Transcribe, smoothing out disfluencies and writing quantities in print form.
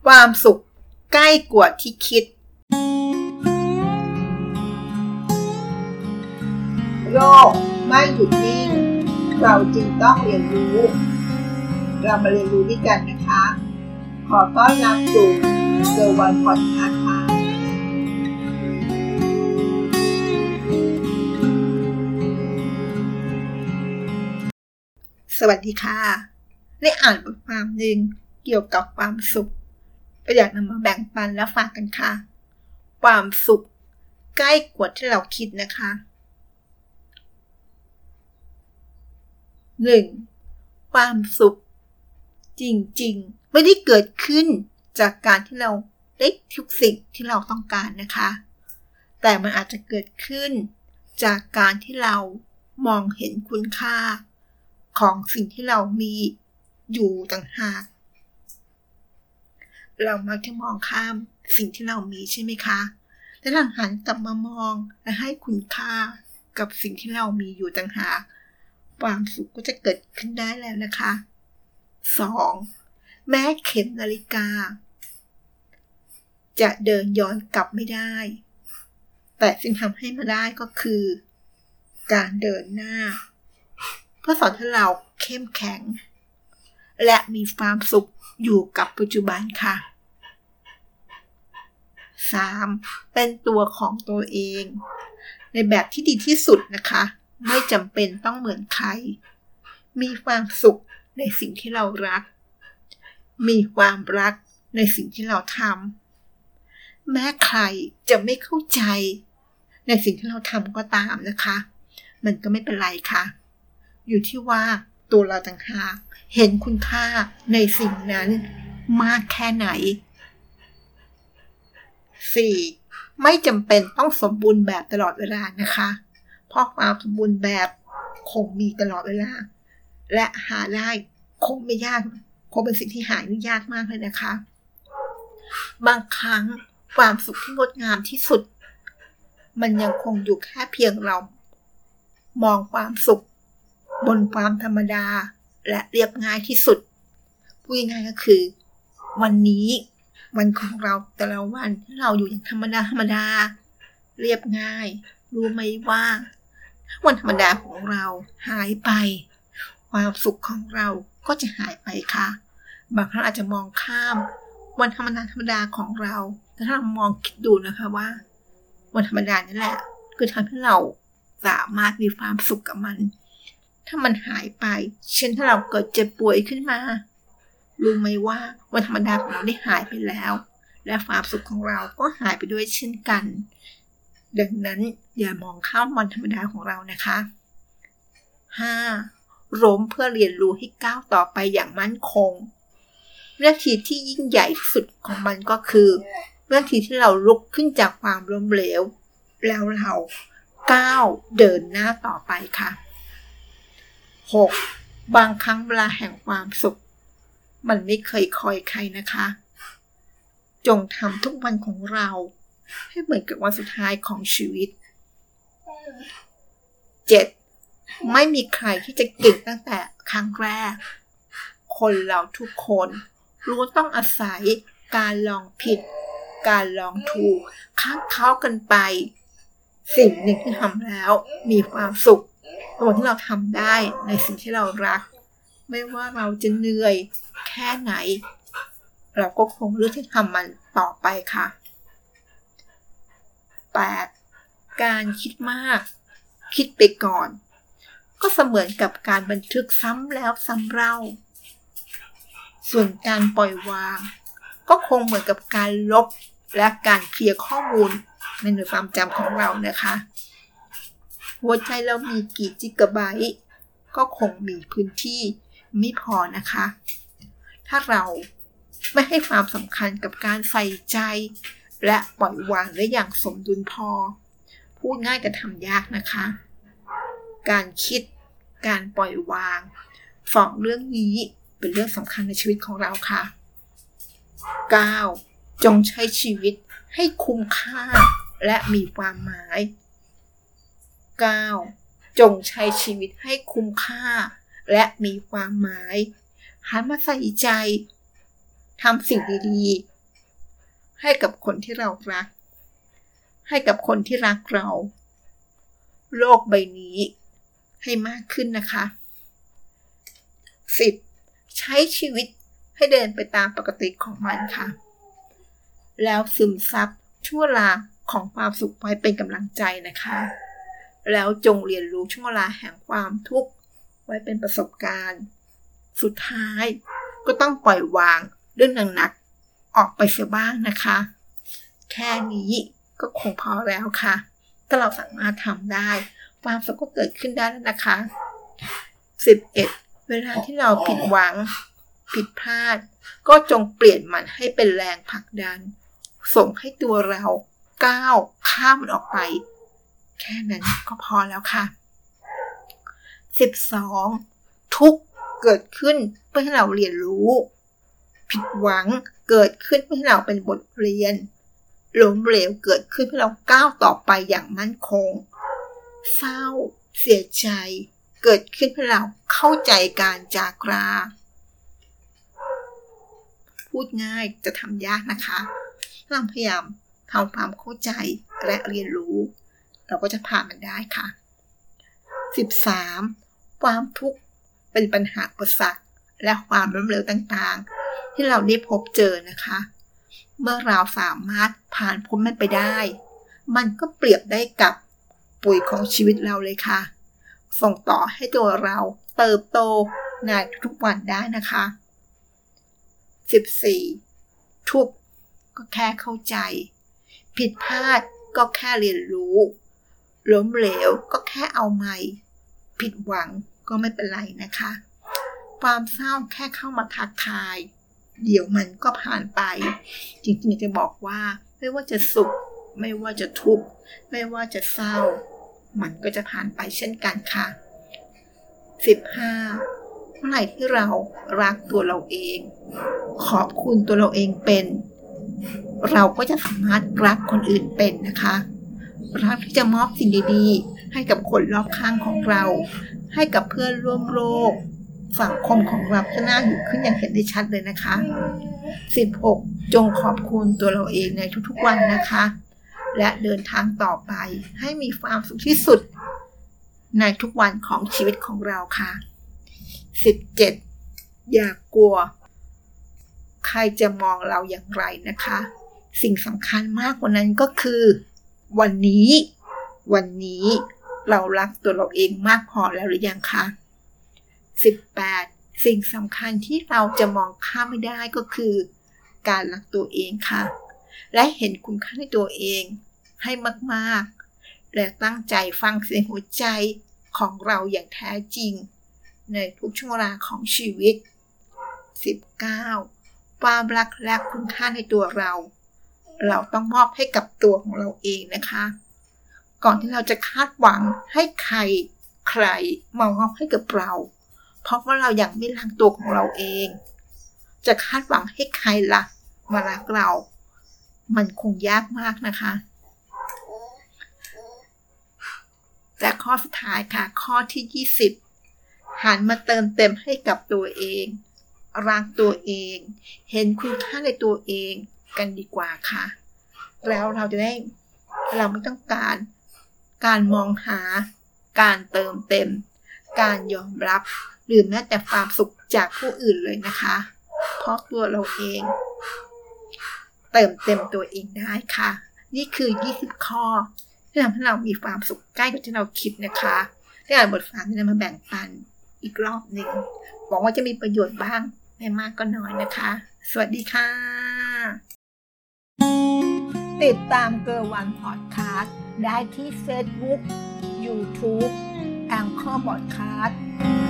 ความสุขใกล้กว่าที่คิดโลกไม่หยุดนิ่งเราจึงต้องเรียนรู้เรามาเรียนรู้ด้วยกันนะคะขอต้อนรับสู่เซอร์วันพอดคาสต์ค่ะสวัสดีค่ะได้อ่านบทความหนึ่งเกี่ยวกับความสุขก็อยากนำมาแบ่งปันและฝากกันค่ะความสุขใกล้กว่าที่เราคิดนะคะ 1. ความสุขจริงๆไม่ได้เกิดขึ้นจากการที่เราได้ทุกสิ่งที่เราต้องการนะคะแต่มันอาจจะเกิดขึ้นจากการที่เรามองเห็นคุณค่าของสิ่งที่เรามีอยู่ต่างหากเรามักจะมองข้ามสิ่งที่เรามีใช่ไหมคะแต่ถ้าหันกลับมามองและให้คุณค่ากับสิ่งที่เรามีอยู่ต่างหากความสุขก็จะเกิดขึ้นได้แล้วนะคะ 2. แม้เข็มนาฬิกาจะเดินย้อนกลับไม่ได้แต่สิ่งทำให้มาได้ก็คือการเดินหน้าเพื่อสอนให้เราเข้มแข็งและมีความสุขอยู่กับปัจจุบันค่ะ 3. เป็นตัวของตัวเองในแบบที่ดีที่สุดนะคะไม่จำเป็นต้องเหมือนใครมีความสุขในสิ่งที่เรารักมีความรักในสิ่งที่เราทำแม้ใครจะไม่เข้าใจในสิ่งที่เราทำก็ตามนะคะมันก็ไม่เป็นไรค่ะอยู่ที่ว่าตัวเราต่างหากเห็นคุณค่าในสิ่งนั้นมากแค่ไหน 4. ไม่จำเป็นต้องสมบูรณ์แบบตลอดเวลานะคะเพราะความสมบูรณ์แบบคงมีตลอดเวลาและหาได้คงไม่ยากคงเป็นสิ่งที่หาไม่ยากมากเลยนะคะบางครั้งความสุขที่งดงามที่สุดมันยังคงอยู่แค่เพียงเรามองความสุขบนความธรรมดาและเรียบง่ายที่สุดพูดง่ายๆก็คือวันนี้วันของเราแต่ละวันที่เราอยู่อย่างธรรมดาเรียบง่ายรู้ไหมว่าวันธรรมดาของเราหายไปความสุขของเราก็จะหายไปค่ะบางครั้งอาจจะมองข้ามวันธรรมดาของเราแต่ถ้าเรามองคิดดูนะคะว่าวันธรรมดานี่แหละคือทำให้เราสามารถมีความสุขกับมันถ้ามันหายไปเช่นถ้าเราเกิดเจ็บป่วยขึ้นมารู้ไหมว่าวันธรรมดาของเราได้หายไปแล้วและความสุขของเราก็หายไปด้วยเช่นกันดังนั้นอย่ามองข้ามวันธรรมดาของเรานะคะ 5. ล้มเพื่อเรียนรู้ให้ก้าวต่อไปอย่างมั่นคงวินาทีที่ยิ่งใหญ่ที่สุดของมันก็คือวินาทีที่เราลุกขึ้นจากความล้มเหลวแล้วเราก้าวเดินหน้าต่อไปค่ะ 6. บางครั้งเวลาแห่งความสุขมันไม่เคยคอยใครนะคะจงทำทุกวันของเราให้เหมือนกับวันสุดท้ายของชีวิต 7. ไม่มีใครที่จะเก่งตั้งแต่ครั้งแรกคนเราทุกคนรู้ต้องอาศัยการลองผิดการลองถูกค้างเข้ากันไปสิ่งหนึ่งที่ทำแล้วมีความสุขตัวที่เราทำได้ในสิ่งที่เรารักไม่ว่าเราจะเหนื่อยแค่ไหนเราก็คงเลือกที่ทำมันต่อไปค่ะ 8. การคิดมากคิดไปก่อนก็เสมือนกับการบันทึกซ้ำแล้วซ้ำเล่าส่วนการปล่อยวางก็คงเหมือนกับการลบและการเคลียร์ข้อมูลในหน่วยความจำของเรานะคะหัวใจเรามีกี่จิกะไบต์ก็คงมีพื้นที่ไม่พอนะคะถ้าเราไม่ให้ความสำคัญกับการใส่ใจและปล่อยวางได้อย่างสมดุลพอพูดง่ายแต่ทำยากนะคะการคิดการปล่อยวางสองเรื่องนี้เป็นเรื่องสำคัญในชีวิตของเราค่ะ 9. จงใช้ชีวิตให้คุ้มค่าและมีความหมาย 9. จงใช้ชีวิตให้คุ้มค่าและมีความหมายหันมาใส่ใจทำสิ่งดีให้กับคนที่เรารักให้กับคนที่รักเราโลกใบนี้ให้มากขึ้นนะคะ 10. ใช้ชีวิตให้เดินไปตามปกติของมันค่ะแล้วซึมซับช่วงเวลาของความสุขไว้เป็นกำลังใจนะคะแล้วจงเรียนรู้ช่วงเวลาแห่งความทุกข์ไว้เป็นประสบการณ์สุดท้ายก็ต้องปล่อยวางเรื่องหนักๆออกไปเสียบ้างนะคะแค่นี้ก็คงพอแล้วค่ะถ้าเราสามารถทำได้ความสุขก็เกิดขึ้นได้แล้วนะคะ 11. เวลาที่เราผิดหวังผิดพลาดก็จงเปลี่ยนมันให้เป็นแรงผลักดันส่งให้ตัวเราก้าวข้ามมันออกไปแค่นั้นก็พอแล้วค่ะ 12. ทุกข์เกิดขึ้นเพื่อให้เราเรียนรู้ผิดหวังเกิดขึ้นเพื่อให้เราเป็นบทเรียนล้มเหลวเกิดขึ้นเพื่อเราก้าวต่อไปอย่างมั่นคงเศร้าเสียใจเกิดขึ้นเพื่อเราเข้าใจการจากลาพูดง่ายจะทำยากนะคะเราพยายามทำความเข้าใจและเรียนรู้เราก็จะผ่านมันได้ค่ะ 13. ความทุกข์เป็นปัญหาอุปสรรคและความล้มเหลวต่างๆที่เราได้พบเจอนะคะเมื่อเราสามารถผ่านพ้นมันไปได้มันก็เปรียบได้กับปุ๋ยของชีวิตเราเลยค่ะส่งต่อให้ตัวเราเติบโตในทุกๆวันได้นะคะ 14. ทุกข์ก็แค่เข้าใจผิดพลาดก็แค่เรียนรู้ล้มเหลวก็แค่เอาใหม่ผิดหวังก็ไม่เป็นไรนะคะความเศร้าแค่เข้ามาทักทายเดี๋ยวมันก็ผ่านไปจริงๆจะบอกว่าไม่ว่าจะสุขไม่ว่าจะทุกข์ไม่ว่าจะเศร้ามันก็จะผ่านไปเช่นกันค่ะ 15. เมื่อไหร่ที่เรารักตัวเราเองขอบคุณตัวเราเองเป็นเราก็จะสามารถรักคนอื่นเป็นนะคะรักที่จะมอบสิ่งดีๆให้กับคนรอบข้างของเราให้กับเพื่อนร่วมโลกสังคมของเราจะน่าอยู่ขึ้นอย่างเห็นได้ชัดเลยนะคะ 16. จงขอบคุณตัวเราเองในทุกๆวันนะคะและเดินทางต่อไปให้มีความสุขที่สุดในทุกวันของชีวิตของเราค่ะ 17. อย่ากลัวใครจะมองเราอย่างไรนะคะสิ่งสำคัญมากกว่านั้นก็คือวันนี้เรารักตัวเราเองมากพอแล้วหรือยังคะ 18. สิ่งสำคัญที่เราจะมองข้ามไม่ได้ก็คือการรักตัวเองค่ะและเห็นคุณค่าในตัวเองให้มากๆและตั้งใจฟังเสียงหัวใจของเราอย่างแท้จริงในทุกช่วงเวลาของชีวิต 19. ความรักและคุณค่าในตัวเราต้องมอบให้กับตัวของเราเองนะคะก่อนที่เราจะคาดหวังให้ใครมามอบให้กับเราเพราะว่าเรายังไม่รักตัวของเราเองจะคาดหวังให้ใครล่ะมารักเรามันคงยากมากนะคะและข้อสุดท้ายค่ะข้อที่20หันมาเติมเต็มให้กับตัวเองรักตัวเองเห็นคุณค่าในตัวเองกันดีกว่าค่ะแล้วเราไม่ต้องการมองหาการเติมเต็มการยอมรับหรือแม้แต่ความสุขจากผู้อื่นเลยนะคะเพราะตัวเราเองเติมเต็มตัวเองได้ค่ะนี่คือ20ข้อที่ทำให้เรามีความสุขใกล้กับที่เราคิดนะคะได้อ่านบทความนี้มาแบ่งปันอีกรอบหนึ่งหวังว่าจะมีประโยชน์บ้างไม่มากก็น้อยนะคะสวัสดีค่ะติดตามเกอร์วันพอดคาสต์ได้ที่ Facebook YouTube Anchor Podcast